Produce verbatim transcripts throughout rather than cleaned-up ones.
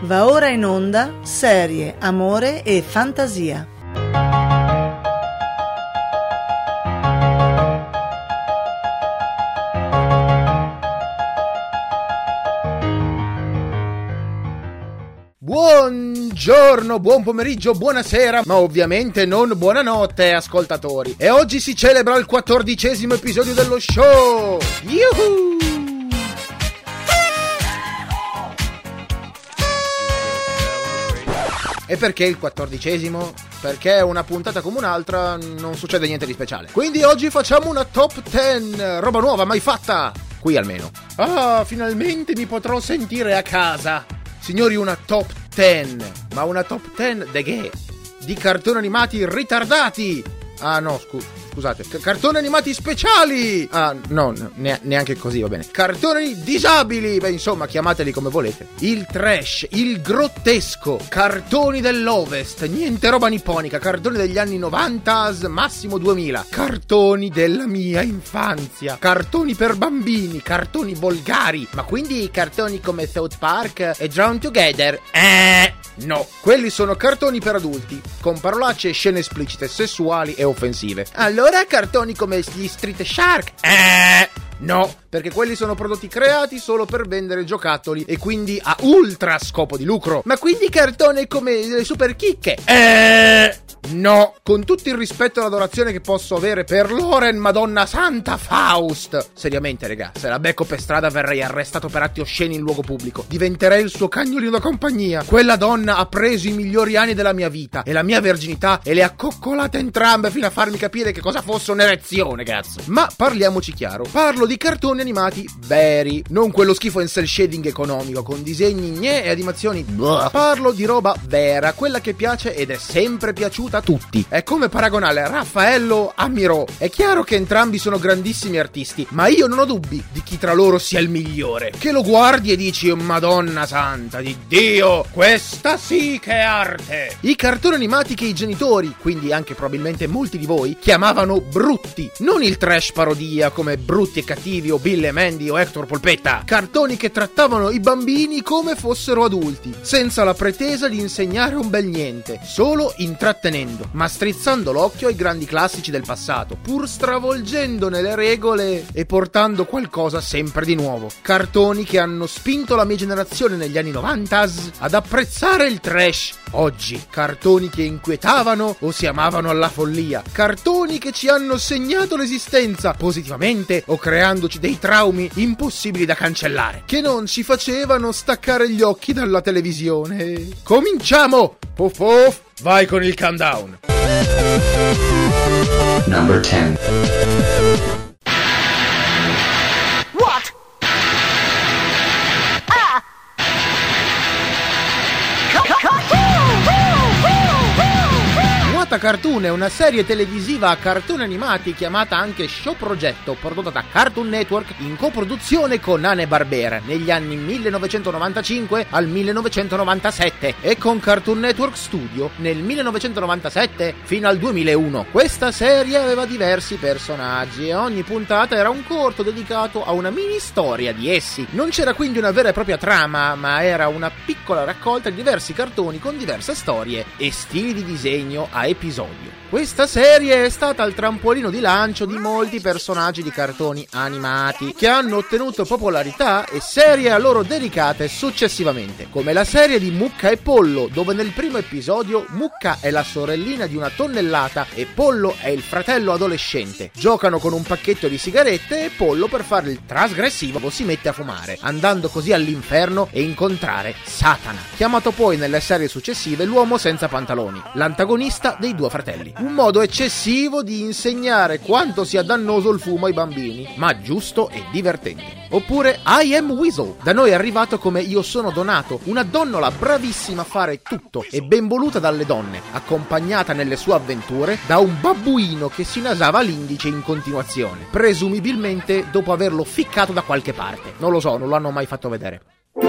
Va ora in onda Serie, amore e fantasia. Buongiorno, buon pomeriggio, buonasera, ma ovviamente non buonanotte, ascoltatori. E oggi si celebra il quattordicesimo episodio dello show. Yuhu! E perché il quattordicesimo? Perché è una puntata come un'altra, non succede niente di speciale. Quindi oggi facciamo una top dieci, roba nuova, mai fatta, qui almeno. Ah, finalmente mi potrò sentire a casa. Signori, una top dieci, ma una top dieci de che? Di cartoni animati ritardati. Ah no, scu- scusate, C- cartoni animati speciali. Ah no, no ne- neanche così, va bene. Cartoni disabili, beh insomma, chiamateli come volete. Il trash, il grottesco, cartoni dell'Ovest, niente roba nipponica, cartoni degli anni novanta, massimo duemila. Cartoni della mia infanzia, cartoni per bambini, cartoni volgari. Ma quindi cartoni come South Park e Drown Together? Eh... No, quelli sono cartoni per adulti, con parolacce, scene esplicite, sessuali e offensive. Allora cartoni come gli Street Shark? Eh... No, perché quelli sono prodotti creati solo per vendere giocattoli e quindi a ultra scopo di lucro. Ma quindi cartoni come le super chicche? Eh... No, con tutto il rispetto e l'adorazione che posso avere per Loren Madonna Santa Faust. Seriamente, regà, se la becco per strada verrei arrestato per atti osceni in luogo pubblico. Diventerei il suo cagnolino da compagnia. Quella donna ha preso i migliori anni della mia vita e la mia verginità e le ha coccolate entrambe fino a farmi capire che cosa fosse un'erezione, cazzo. Ma parliamoci chiaro, parlo di cartoni animati veri, non quello schifo in cel shading economico con disegni gne e animazioni blah. Parlo di roba vera, quella che piace ed è sempre piaciuta a tutti. È come paragonare Raffaello a Miró. È chiaro che entrambi sono grandissimi artisti, ma io non ho dubbi di chi tra loro sia il migliore. Che lo guardi e dici: Madonna santa di Dio, questa sì che è arte. I cartoni animati che i genitori, quindi anche probabilmente molti di voi, chiamavano brutti, non il trash parodia come Brutti e Cattivi o Bill e Mandy o Hector Polpetta. Cartoni che trattavano i bambini come fossero adulti, senza la pretesa di insegnare un bel niente, solo intrattenendo, ma strizzando l'occhio ai grandi classici del passato, pur stravolgendone le regole e portando qualcosa sempre di nuovo. Cartoni che hanno spinto la mia generazione negli anni novanta ad apprezzare il trash. Oggi, cartoni che inquietavano o si amavano alla follia. Cartoni che ci hanno segnato l'esistenza, positivamente o creandoci dei traumi impossibili da cancellare, che non ci facevano staccare gli occhi dalla televisione. Cominciamo! Puff puff! Vai con il countdown. Number ten. What? Ah! Wata Cartoon è una serie televisiva a cartoni animati chiamata anche Show Progetto, prodotta da Cartoon Network in coproduzione con Hanna-Barbera negli anni millenovecentonovantacinque al millenovecentonovantasette e con Cartoon Network Studio nel millenovecentonovantasette fino al duemilauno. Questa serie aveva diversi personaggi e ogni puntata era un corto dedicato a una mini storia di essi. Non c'era quindi una vera e propria trama, ma era una piccola raccolta di diversi cartoni con diverse storie e stili di disegno a episodio. Questa serie è stata il trampolino di lancio di molti personaggi di cartoni animati che hanno ottenuto popolarità e serie a loro dedicate successivamente, come la serie di Mucca e Pollo, dove nel primo episodio Mucca è la sorellina di una tonnellata e Pollo è il fratello adolescente. Giocano con un pacchetto di sigarette e Pollo, per fare il trasgressivo, si mette a fumare, andando così all'inferno e incontrare Satana, chiamato poi nelle serie successive l'uomo senza pantaloni, l'antagonista dei due fratelli. Un modo eccessivo di insegnare quanto sia dannoso il fumo ai bambini, ma giusto e divertente. Oppure I Am Weasel, da noi è arrivato come Io sono Donato, una donnola bravissima a fare tutto e ben voluta dalle donne, accompagnata nelle sue avventure da un babbuino che si nasava l'indice in continuazione, presumibilmente dopo averlo ficcato da qualche parte. Non lo so, non l'hanno mai fatto vedere.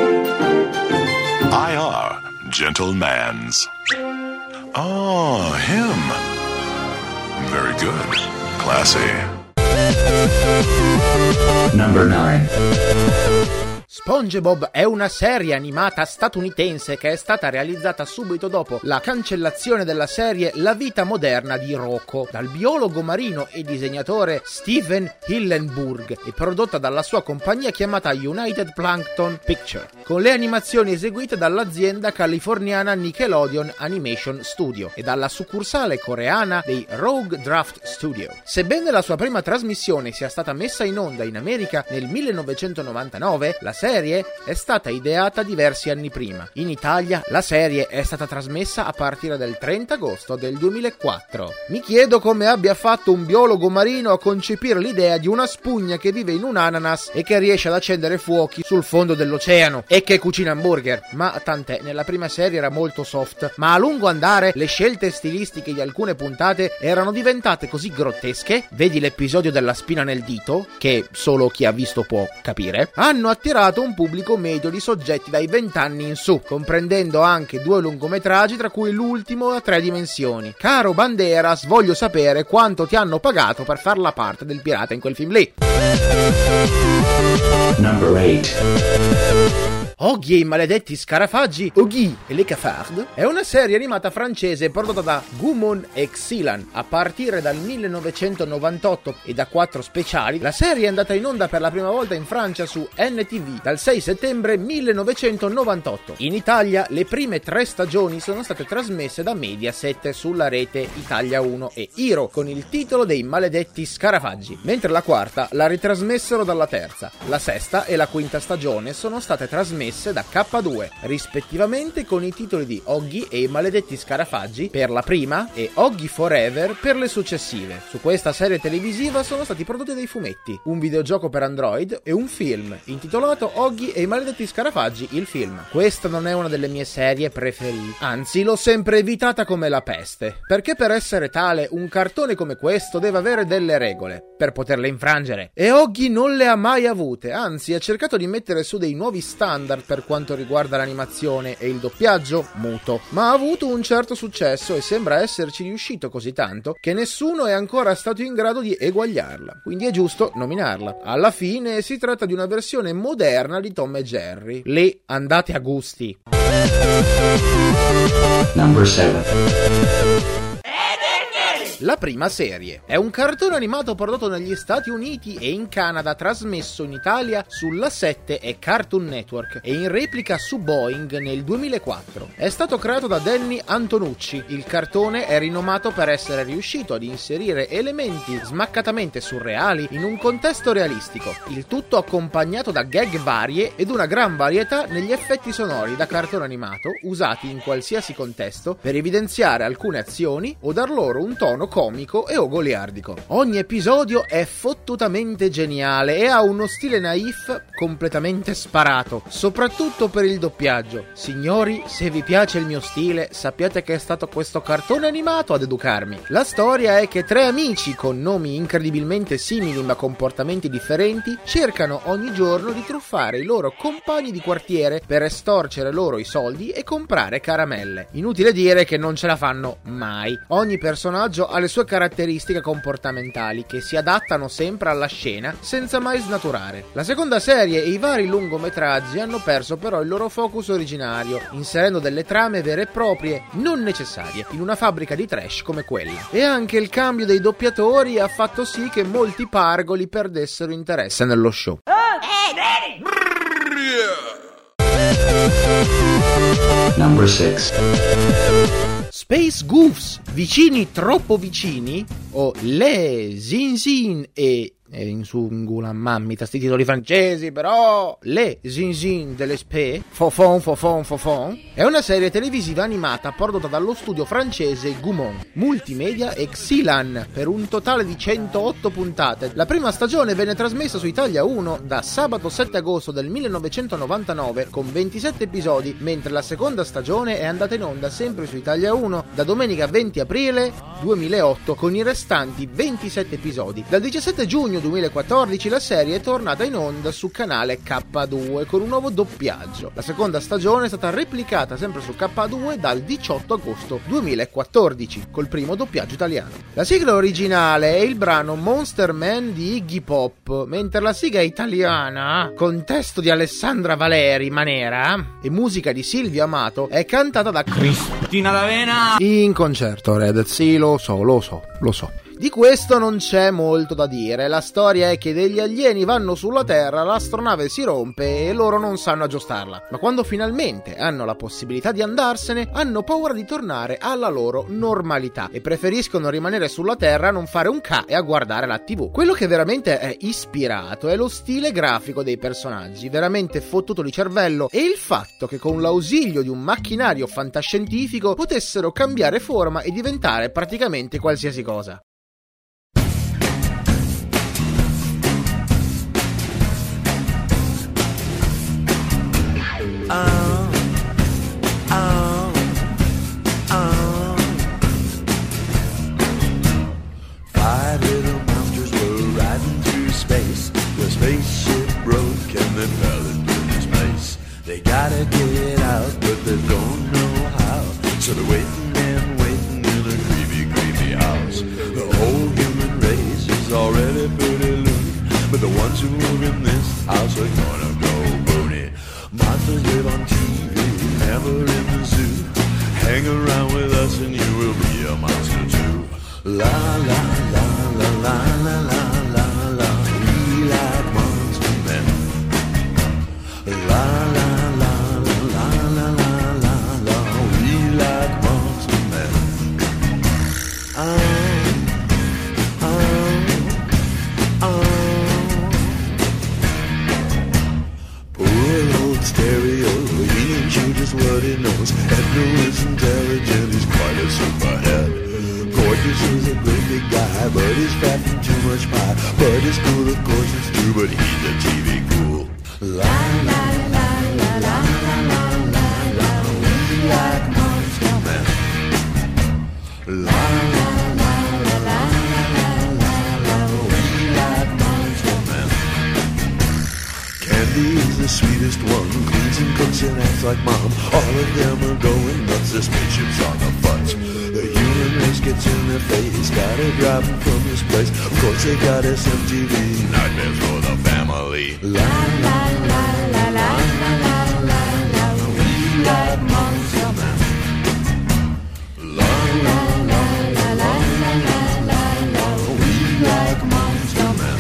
I R, Gentlemans. Oh, him. Very good. Classy. Number nine. SpongeBob è una serie animata statunitense che è stata realizzata subito dopo la cancellazione della serie La vita moderna di Rocco dal biologo marino e disegnatore Steven Hillenburg e prodotta dalla sua compagnia chiamata United Plankton Picture, con le animazioni eseguite dall'azienda californiana Nickelodeon Animation Studio e dalla succursale coreana dei Rogue Draft Studio. Sebbene la sua prima trasmissione sia stata messa in onda in America nel millenovecentonovantanove, la serie è stata ideata diversi anni prima. In Italia la serie è stata trasmessa a partire dal trenta agosto del duemilaquattro. Mi chiedo come abbia fatto un biologo marino a concepire l'idea di una spugna che vive in un ananas e che riesce ad accendere fuochi sul fondo dell'oceano e che cucina hamburger. Ma tant'è, nella prima serie era molto soft, ma a lungo andare le scelte stilistiche di alcune puntate erano diventate così grottesche, vedi l'episodio della spina nel dito, che solo chi ha visto può capire, hanno attirato un pubblico medio di soggetti dai venti anni in su, comprendendo anche due lungometraggi, tra cui l'ultimo a tre dimensioni. Caro Banderas, voglio sapere quanto ti hanno pagato per far la parte del pirata in quel film lì. Number eight. Oggy e i maledetti scarafaggi, Oggy e les Cafards, è una serie animata francese prodotta da Gaumont e Xylan a partire dal millenovecentonovantotto e da quattro speciali. La serie è andata in onda per la prima volta in Francia su N T V dal sei settembre millenovecentonovantotto. In Italia le prime tre stagioni sono state trasmesse da Mediaset sulla rete Italia uno e Iro con il titolo dei maledetti scarafaggi, mentre la quarta la ritrasmessero dalla terza. La sesta e la quinta stagione sono state trasmesse da K due, rispettivamente con i titoli di Oggy e i maledetti scarafaggi per la prima e Oggy Forever per le successive. Su questa serie televisiva sono stati prodotti dei fumetti, un videogioco per Android e un film intitolato Oggy e i maledetti scarafaggi, il film. Questa non è una delle mie serie preferite, anzi l'ho sempre evitata come la peste, perché per essere tale un cartone come questo deve avere delle regole per poterle infrangere, e Oggy non le ha mai avute, anzi ha cercato di mettere su dei nuovi standard per quanto riguarda l'animazione e il doppiaggio muto, ma ha avuto un certo successo e sembra esserci riuscito così tanto che nessuno è ancora stato in grado di eguagliarla, quindi è giusto nominarla. Alla fine si tratta di una versione moderna di Tom e Jerry. Lì andate a gusti. Number seven. La prima serie è un cartone animato prodotto negli Stati Uniti e in Canada, trasmesso in Italia sulla sette e Cartoon Network e in replica su Boeing nel duemilaquattro. È stato creato da Danny Antonucci. Il cartone è rinomato per essere riuscito ad inserire elementi smaccatamente surreali in un contesto realistico, il tutto accompagnato da gag varie ed una gran varietà negli effetti sonori da cartone animato usati in qualsiasi contesto per evidenziare alcune azioni o dar loro un tono comico e o goliardico. Ogni episodio è fottutamente geniale e ha uno stile naif completamente sparato, soprattutto per il doppiaggio. Signori, se vi piace il mio stile, sappiate che è stato questo cartone animato ad educarmi. La storia è che tre amici con nomi incredibilmente simili ma comportamenti differenti cercano ogni giorno di truffare i loro compagni di quartiere per estorcere loro i soldi e comprare caramelle. Inutile dire che non ce la fanno mai. Ogni personaggio ha le sue caratteristiche comportamentali che si adattano sempre alla scena senza mai snaturare. La seconda serie e i vari lungometraggi hanno perso però il loro focus originario, inserendo delle trame vere e proprie non necessarie in una fabbrica di trash come quella. E anche il cambio dei doppiatori ha fatto sì che molti pargoli perdessero interesse nello show. Number six. Space Goofs, vicini troppo vicini, o Le Zin Zin e e in su ingula mammi sti titoli francesi, però Le Zin Zin delle Spé, Fofon Fofon Fofon, è una serie televisiva animata prodotta dallo studio francese Gaumont Multimedia e Xylan per un totale di centootto puntate. La prima stagione venne trasmessa su Italia uno da sabato sette agosto del millenovecentonovantanove con ventisette episodi, mentre la seconda stagione è andata in onda sempre su Italia uno da domenica venti aprile duemilaotto con i restanti ventisette episodi. Dal diciassette giugno duemilaquattordici la serie è tornata in onda su canale K due con un nuovo doppiaggio. La seconda stagione è stata replicata sempre su K due dal diciotto agosto duemilaquattordici col primo doppiaggio italiano. La sigla originale è il brano Monster Man di Iggy Pop, mentre la sigla italiana, con testo di Alessandra Valeri Manera e musica di Silvio Amato, è cantata da Cristina D'Avena in concerto. Red, sì, lo so, lo so, lo so. Di questo non c'è molto da dire, la storia è che degli alieni vanno sulla Terra, l'astronave si rompe e loro non sanno aggiustarla, ma quando finalmente hanno la possibilità di andarsene, hanno paura di tornare alla loro normalità e preferiscono rimanere sulla Terra a non fare un ca e a guardare la tivù. Quello che veramente è ispirato è lo stile grafico dei personaggi, veramente fottuto di cervello, e il fatto che con l'ausilio di un macchinario fantascientifico potessero cambiare forma e diventare praticamente qualsiasi cosa. Oh, oh, oh. Five little monsters were riding through space. The spaceship broke and they fell into space. They gotta get out, but they don't know how. So they're waiting and waiting in a creepy, creepy house. The whole human race is already pretty loony, but the ones who live in this house are gonna go boony. Monsters live on T V, never in the zoo. Hang around with us and you will be a monster too. La la la la la la la la la. We like monster men. La la la la la la la la la. We like monster men. Oh, oh, oh. Poor old stereo, he ain't sure just what he knows. Edna is intelligent, he's quite a superhead. Gorgeous is a great big guy, but he's fat from too much pie. But he's cool, of course it's true, but he's a T V cool. La la la la la la la la la. We like monster men. La la la la la la la la. We like monster men. Candy is the sweetest one, cleans and cooks and acts like mom. All of them are going nuts, the spaceship's on the fudge. The human race gets in their face, gotta drive them from this place. Of course they got S M T V, nightmares for the family. La la la la la la la la la. We like monster men. La la la la la la la la la. We like monster men.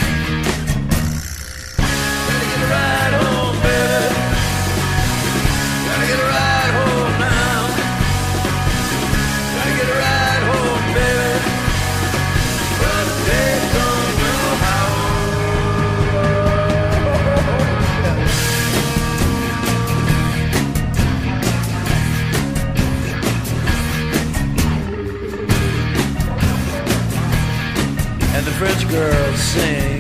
Gotta get a ride home, baby. Gotta get a ride home now. Gotta get a ride home, baby. But they don't know how. And the French girls sing.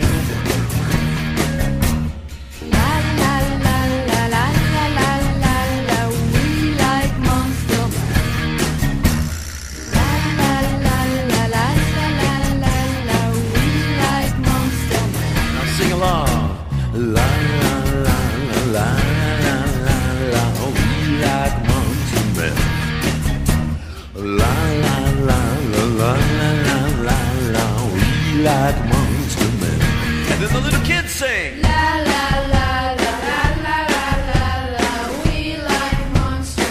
Like monster men. And then the little kids sing. La la la la la la la la la. We like monster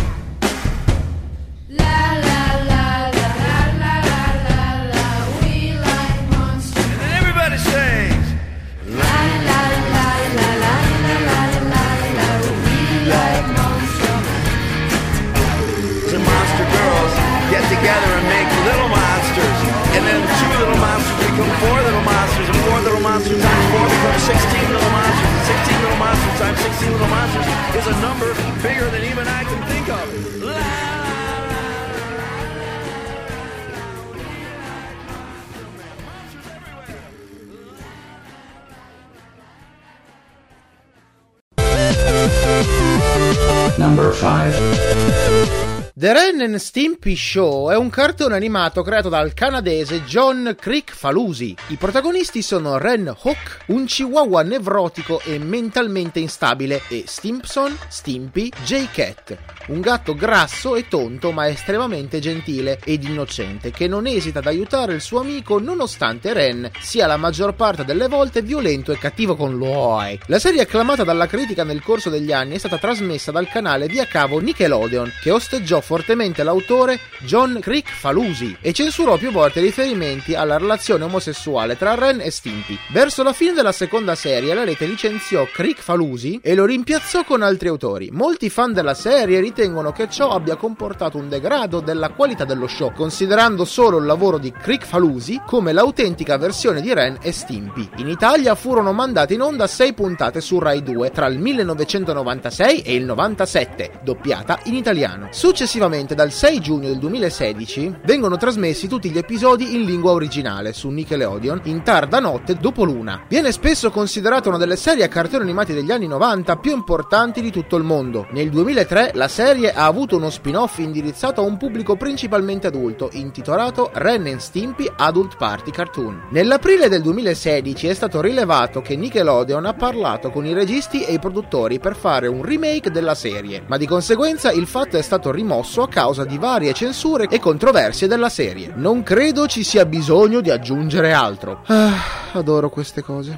men. La la la la la la la la la. We like monster men. And then everybody sings. La la la la la la la la la. We like monster men. Some monster girls get together and make little monsters, and then two little monsters become four little monsters, and four little monsters times four becomes sixteen little monsters, and sixteen little monsters times sixteen little monsters is a number bigger than even I can think of. Number five. The Ren and Stimpy Show è un cartone animato creato dal canadese John Kricfalusi. I protagonisti sono Ren Hawk, un chihuahua nevrotico e mentalmente instabile, e Stimpson, Stimpy, J-Cat, un gatto grasso e tonto ma estremamente gentile ed innocente che non esita ad aiutare il suo amico nonostante Ren sia la maggior parte delle volte violento e cattivo con lui. La serie, acclamata dalla critica nel corso degli anni, è stata trasmessa dal canale via cavo Nickelodeon, che osteggiò fortemente l'autore John Kricfalusi e censurò più volte riferimenti alla relazione omosessuale tra Ren e Stimpy. Verso la fine della seconda serie la rete licenziò Kricfalusi e lo rimpiazzò con altri autori. Molti fan della serie ritengono che ciò abbia comportato un degrado della qualità dello show, considerando solo il lavoro di Kricfalusi come l'autentica versione di Ren e Stimpy. In Italia furono mandate in onda sei puntate su Rai due tra il millenovecentonovantasei e il novantasette, doppiata in italiano. Successivamente, dal sei giugno del duemilasedici, vengono trasmessi tutti gli episodi in lingua originale su Nickelodeon in tarda notte dopo l'una. Viene spesso considerata una delle serie a cartoni animati degli anni novanta più importanti di tutto il mondo. Nel duemilatré la serie ha avuto uno spin-off indirizzato a un pubblico principalmente adulto, intitolato Ren and Stimpy Adult Party Cartoon. Nell'aprile del duemilasedici è stato rilevato che Nickelodeon ha parlato con i registi e i produttori per fare un remake della serie, ma di conseguenza il fatto è stato rimosso a causa di varie censure e controversie della serie. Non credo ci sia bisogno di aggiungere altro. Ah, adoro queste cose.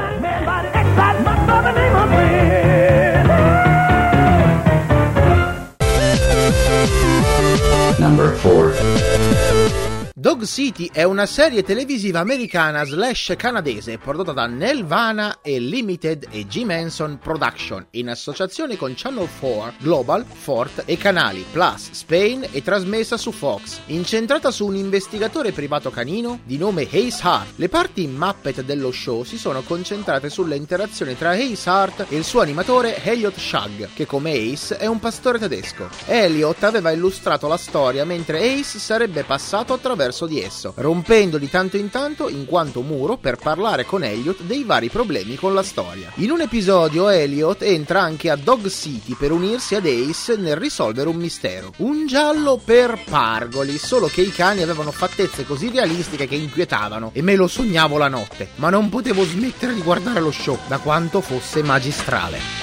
Number four. Dog City è una serie televisiva americana slash canadese prodotta da Nelvana e Limited e Jim Henson Production in associazione con Channel quattro, Global, Fort e canali Plus, Spain e trasmessa su Fox, incentrata su un investigatore privato canino di nome Ace Hart. Le parti Muppet dello show si sono concentrate sulle interazioni tra Ace Hart e il suo animatore Elliot Shug, che come Ace è un pastore tedesco. Elliot aveva illustrato la storia mentre Ace sarebbe passato attraverso di esso, rompendo di tanto in tanto in quanto muro per parlare con Elliot dei vari problemi con la storia. In un episodio Elliot entra anche a Dog City per unirsi ad Ace nel risolvere un mistero. Un giallo per pargoli, solo che i cani avevano fattezze così realistiche che inquietavano e me lo sognavo la notte, ma non potevo smettere di guardare lo show da quanto fosse magistrale.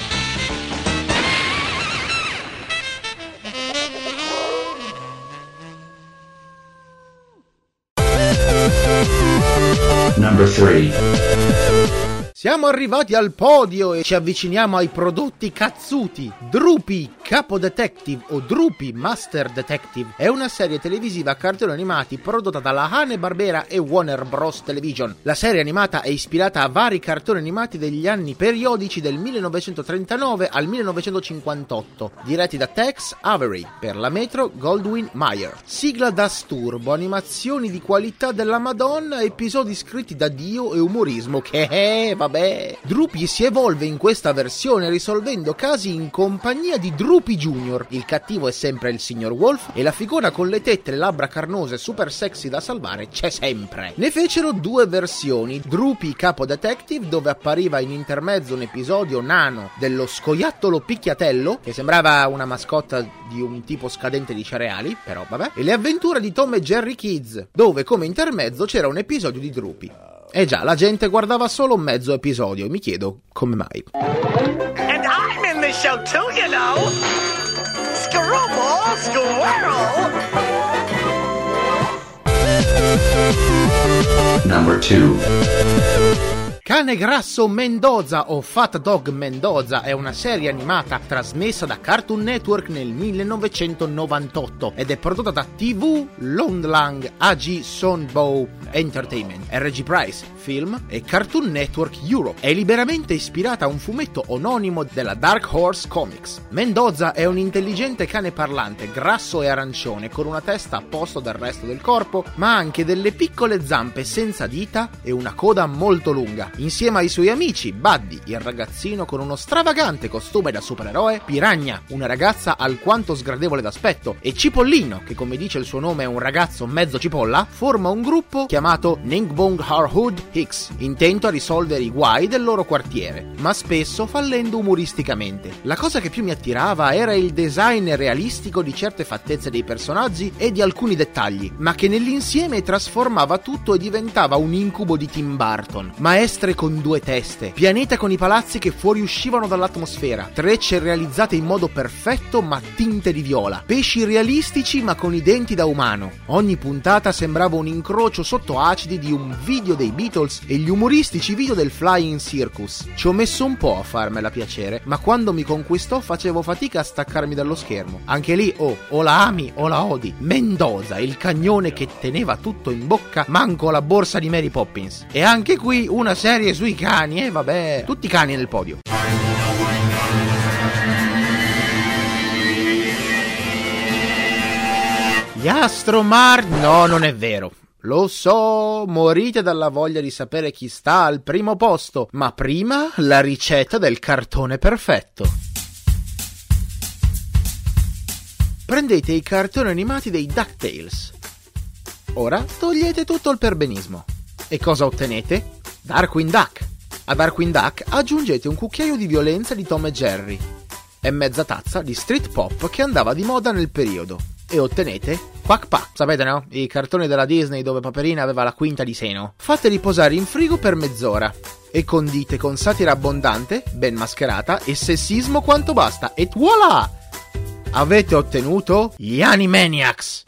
Number three. Siamo arrivati al podio e ci avviciniamo ai prodotti cazzuti. Droopy Capo Detective o Droopy Master Detective è una serie televisiva a cartoni animati prodotta dalla Hanna-Barbera e Warner Bros. Television. La serie animata è ispirata a vari cartoni animati degli anni periodici del millenovecentotrentanove al millenovecentocinquantotto, diretti da Tex Avery per la Metro Goldwyn Mayer. Sigla da sturbo, animazioni di qualità della Madonna, episodi scritti da Dio e umorismo che è, vabbè. Droopy si evolve in questa versione risolvendo casi in compagnia di Droopy Junior. Il cattivo è sempre il signor Wolf e la figura con le tette e le labbra carnose super sexy da salvare c'è sempre. Ne fecero due versioni: Droopy Capo Detective, dove appariva in intermezzo un episodio nano dello scoiattolo picchiatello, che sembrava una mascotta di un tipo scadente di cereali, però vabbè, e le avventure di Tom e Jerry Kids, dove come intermezzo c'era un episodio di Droopy. Eh già, la gente guardava solo mezzo episodio, mi chiedo come mai. And I'm in the show too, you know. Scarumble Squirrel. Number two. Cane Grasso Mendoza o Fat Dog Mendoza è una serie animata trasmessa da Cartoon Network nel millenovecentonovantotto ed è prodotta da T V Longlang A G Sonbow Entertainment, R G Price Film e Cartoon Network Europe. È liberamente ispirata a un fumetto omonimo della Dark Horse Comics. Mendoza è un intelligente cane parlante, grasso e arancione, con una testa a posto dal resto del corpo, ma anche delle piccole zampe senza dita e una coda molto lunga. insieme ai suoi amici Buddy, il ragazzino con uno stravagante costume da supereroe, Piranha, una ragazza alquanto sgradevole d'aspetto, e Cipollino, che come dice il suo nome è un ragazzo mezzo cipolla, forma un gruppo chiamato Ningbong Harhood Hicks, intento a risolvere i guai del loro quartiere, ma spesso fallendo umoristicamente. La cosa che più mi attirava era il design realistico di certe fattezze dei personaggi e di alcuni dettagli, ma che nell'insieme trasformava tutto e diventava un incubo di Tim Burton. Maestre con due teste, pianeta con i palazzi che fuoriuscivano dall'atmosfera, trecce realizzate in modo perfetto ma tinte di viola, pesci realistici ma con i denti da umano. Ogni puntata sembrava un incrocio sotto acidi di un video dei Beatles e gli umoristici video del Flying Circus. Ci ho messo un po' a farmela piacere, ma quando mi conquistò facevo fatica a staccarmi dallo schermo. Anche lì, oh, o la ami o la odi. Mendoza, il cagnone che teneva tutto in bocca, manco la borsa di Mary Poppins. E anche qui una serie sui cani, e eh, vabbè, tutti cani nel podio. Gli Astromar? No, non è vero. Lo so, morite dalla voglia di sapere chi sta al primo posto, ma prima la ricetta del cartone perfetto. Prendete i cartoni animati dei DuckTales. Ora togliete tutto il perbenismo. E cosa ottenete? Darkwing Duck. A Darkwing Duck aggiungete un cucchiaio di violenza di Tom e Jerry e mezza tazza di street pop che andava di moda nel periodo. E ottenete Quack Pack. Sapete, no? I cartoni della Disney dove Paperina aveva la quinta di seno. Fate riposare in frigo per mezz'ora e condite con satira abbondante, ben mascherata, e sessismo quanto basta. E voilà! Avete ottenuto gli Animaniacs.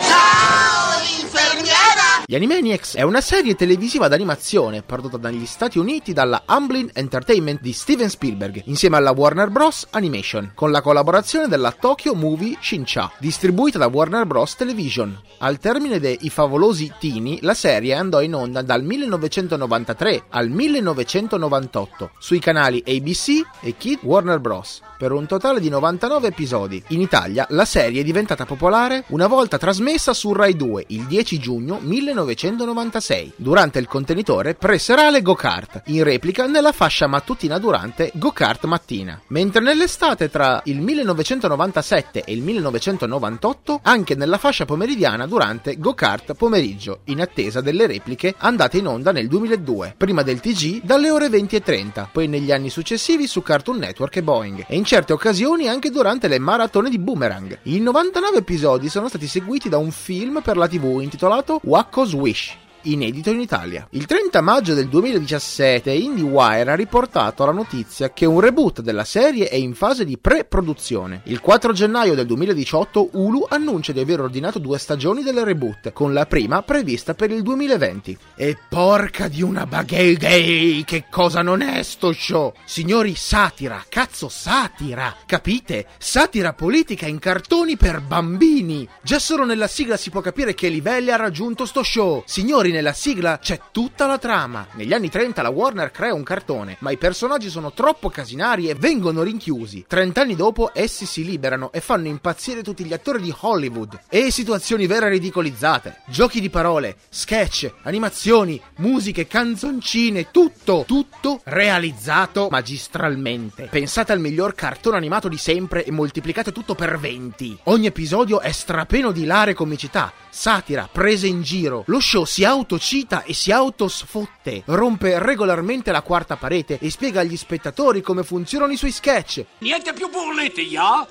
Gli Animaniacs è una serie televisiva d'animazione prodotta negli Stati Uniti dalla Amblin Entertainment di Steven Spielberg insieme alla Warner Bros. Animation, con la collaborazione della Tokyo Movie Shinsha, distribuita da Warner Bros. Television. Al termine dei I favolosi Teenie, la serie andò in onda dal millenovecentonovantatré al millenovecentonovantotto sui canali A B C e Kid Warner Bros. Per un totale di novantanove episodi. In Italia la serie è diventata popolare una volta trasmessa su Rai due il dieci giugno millenovecentonovantasei durante il contenitore preserale Go-Kart, in replica nella fascia mattutina durante Go-Kart mattina, mentre nell'estate tra il millenovecentonovantasette e il millenovecentonovantotto anche nella fascia pomeridiana durante Go-Kart pomeriggio, in attesa delle repliche andate in onda nel duemiladue, prima del T G dalle ore venti e trenta, poi negli anni successivi su Cartoon Network e Boeing, e in certe occasioni anche durante le maratone di Boomerang. I novantanove episodi sono stati seguiti da un film per la tivù intitolato Wakko's Wish, inedito in Italia. Il trenta maggio del duemiladiciassette IndieWire ha riportato la notizia che un reboot della serie è in fase di pre-produzione. Il quattro gennaio del duemiladiciotto Hulu annuncia di aver ordinato due stagioni del reboot, con la prima prevista per il duemilaventi. E porca di una bagay gay, che cosa non è sto show? Signori, satira, cazzo satira, capite? Satira politica in cartoni per bambini. Già solo nella sigla si può capire che livelli ha raggiunto sto show. Signori, nella sigla c'è tutta la trama. Negli anni trenta la Warner crea un cartone, ma i personaggi sono troppo casinari e vengono rinchiusi. Trent'anni dopo essi si liberano e fanno impazzire tutti gli attori di Hollywood. E situazioni vere ridicolizzate, giochi di parole, sketch, animazioni, musiche, canzoncine, tutto, tutto realizzato magistralmente. Pensate al miglior cartone animato di sempre e moltiplicate tutto per venti. Ogni episodio è strapeno di ilare comicità, satira, prese in giro. Lo show si autocita e si autosfotte, rompe regolarmente la quarta parete e spiega agli spettatori come funzionano i suoi sketch. Niente più burlette, ja?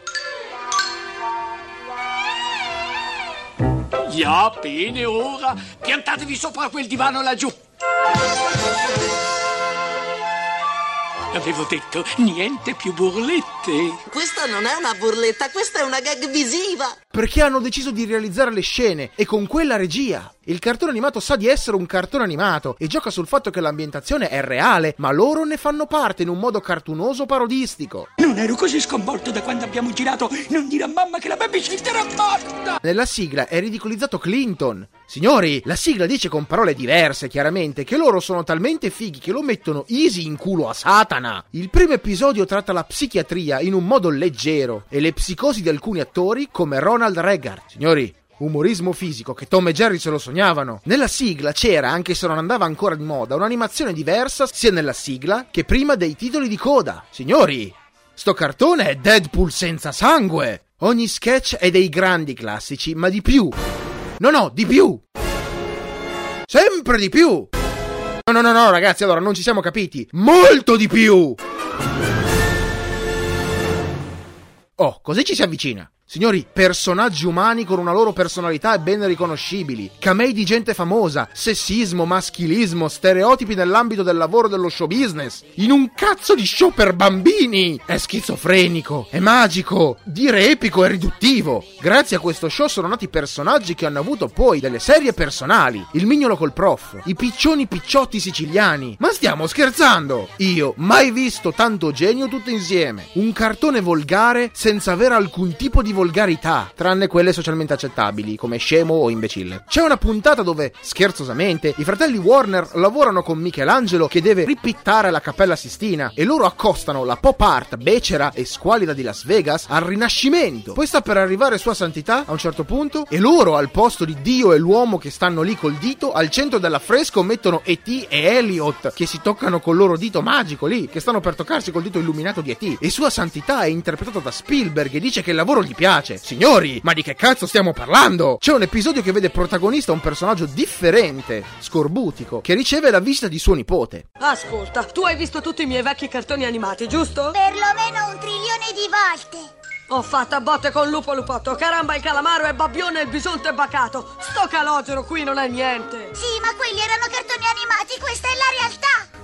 Ja, bene, ora piantatevi sopra quel divano laggiù. Avevo detto niente più burlette. Questa non è una burletta, questa è una gag visiva. Perché hanno deciso di realizzare le scene e con quella regia. Il cartone animato sa di essere un cartone animato e gioca sul fatto che l'ambientazione è reale, ma loro ne fanno parte in un modo cartunoso parodistico. Non ero così sconvolto da quando abbiamo girato. Non dire a mamma che la babysitter è morta. Nella sigla è ridicolizzato Clinton. Signori, la sigla dice con parole diverse, chiaramente, che loro sono talmente fighi che lo mettono easy in culo a Satana. Il primo episodio tratta la psichiatria in un modo leggero e le psicosi di alcuni attori come Ronald Reagan. Signori, Umorismo fisico che Tom e Jerry se lo sognavano. Nella sigla c'era, anche se non andava ancora di moda, un'animazione diversa sia nella sigla che prima dei titoli di coda. Signori, sto cartone è Deadpool senza sangue. Ogni sketch è dei grandi classici, ma di più. No, no, di più. Sempre di più. No, no, no, no, ragazzi, allora non ci siamo capiti. Molto di più. Oh, così ci si avvicina. Signori, personaggi umani con una loro personalità ben riconoscibili, camei di gente famosa, sessismo, maschilismo, stereotipi nell'ambito del lavoro e dello show business, in un cazzo di show per bambini! È schizofrenico, è magico, dire epico è riduttivo. Grazie a questo show sono nati personaggi che hanno avuto poi delle serie personali. Il mignolo col prof, i piccioni picciotti siciliani. Ma stiamo scherzando? Io, mai visto tanto genio tutto insieme. Un cartone volgare senza avere alcun tipo di volgarità, tranne quelle socialmente accettabili, come scemo o imbecille. C'è una puntata dove, scherzosamente, i fratelli Warner lavorano con Michelangelo che deve ripittare la Cappella Sistina e loro accostano la pop art becera e squalida di Las Vegas al Rinascimento. Poi sta per arrivare Sua Santità a un certo punto e loro, al posto di Dio e l'uomo che stanno lì col dito, al centro dell'affresco mettono E T e Elliot che si toccano col loro dito magico lì, che stanno per toccarsi col dito illuminato di E T. E Sua Santità è interpretato da Spielberg e dice che il lavoro gli piace. Signori, ma di che cazzo stiamo parlando? C'è un episodio che vede protagonista un personaggio differente, scorbutico, che riceve la visita di suo nipote. Ascolta, tu hai visto tutti i miei vecchi cartoni animati, giusto? Perlomeno un trilione di volte. Ho fatto a botte con Lupo Lupotto, Caramba il Calamaro e Babbione il Bisonte e Bacato. Sto calogero qui non è niente. Sì, ma quelli erano cartoni animati, questa è la realtà.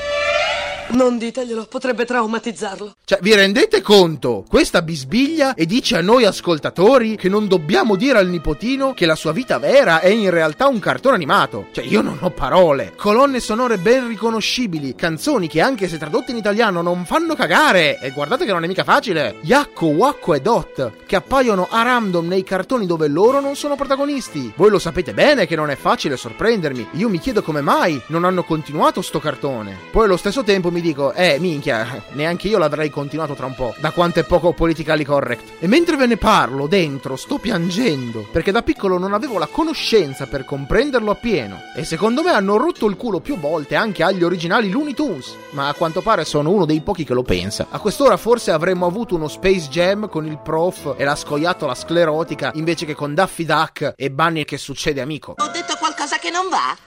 Non diteglielo, potrebbe traumatizzarlo. Cioè, vi rendete conto? Questa bisbiglia e dice a noi ascoltatori che non dobbiamo dire al nipotino che la sua vita vera è in realtà un cartone animato. Cioè, io non ho parole. Colonne sonore ben riconoscibili, canzoni che anche se tradotte in italiano non fanno cagare. E guardate che non è mica facile. Yakko, Wakko e Dot, che appaiono a random nei cartoni dove loro non sono protagonisti. Voi lo sapete bene che non è facile sorprendermi. Io mi chiedo come mai non hanno continuato sto cartone. Poi allo stesso tempo mi dico, eh minchia, neanche io l'avrei continuato tra un po', da quanto è poco politically correct. E mentre ve ne parlo, dentro sto piangendo, perché da piccolo non avevo la conoscenza per comprenderlo appieno. E secondo me hanno rotto il culo più volte anche agli originali Looney Tunes, ma a quanto pare sono uno dei pochi che lo pensa. A quest'ora forse avremmo avuto uno Space Jam con il prof e la scoiattola sclerotica, invece che con Daffy Duck e Bunny che succede amico. Ho detto qualcosa che non va?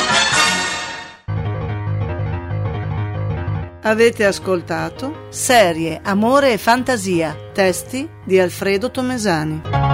Avete ascoltato Serie, Amore e Fantasia, testi di Alfredo Tomesani.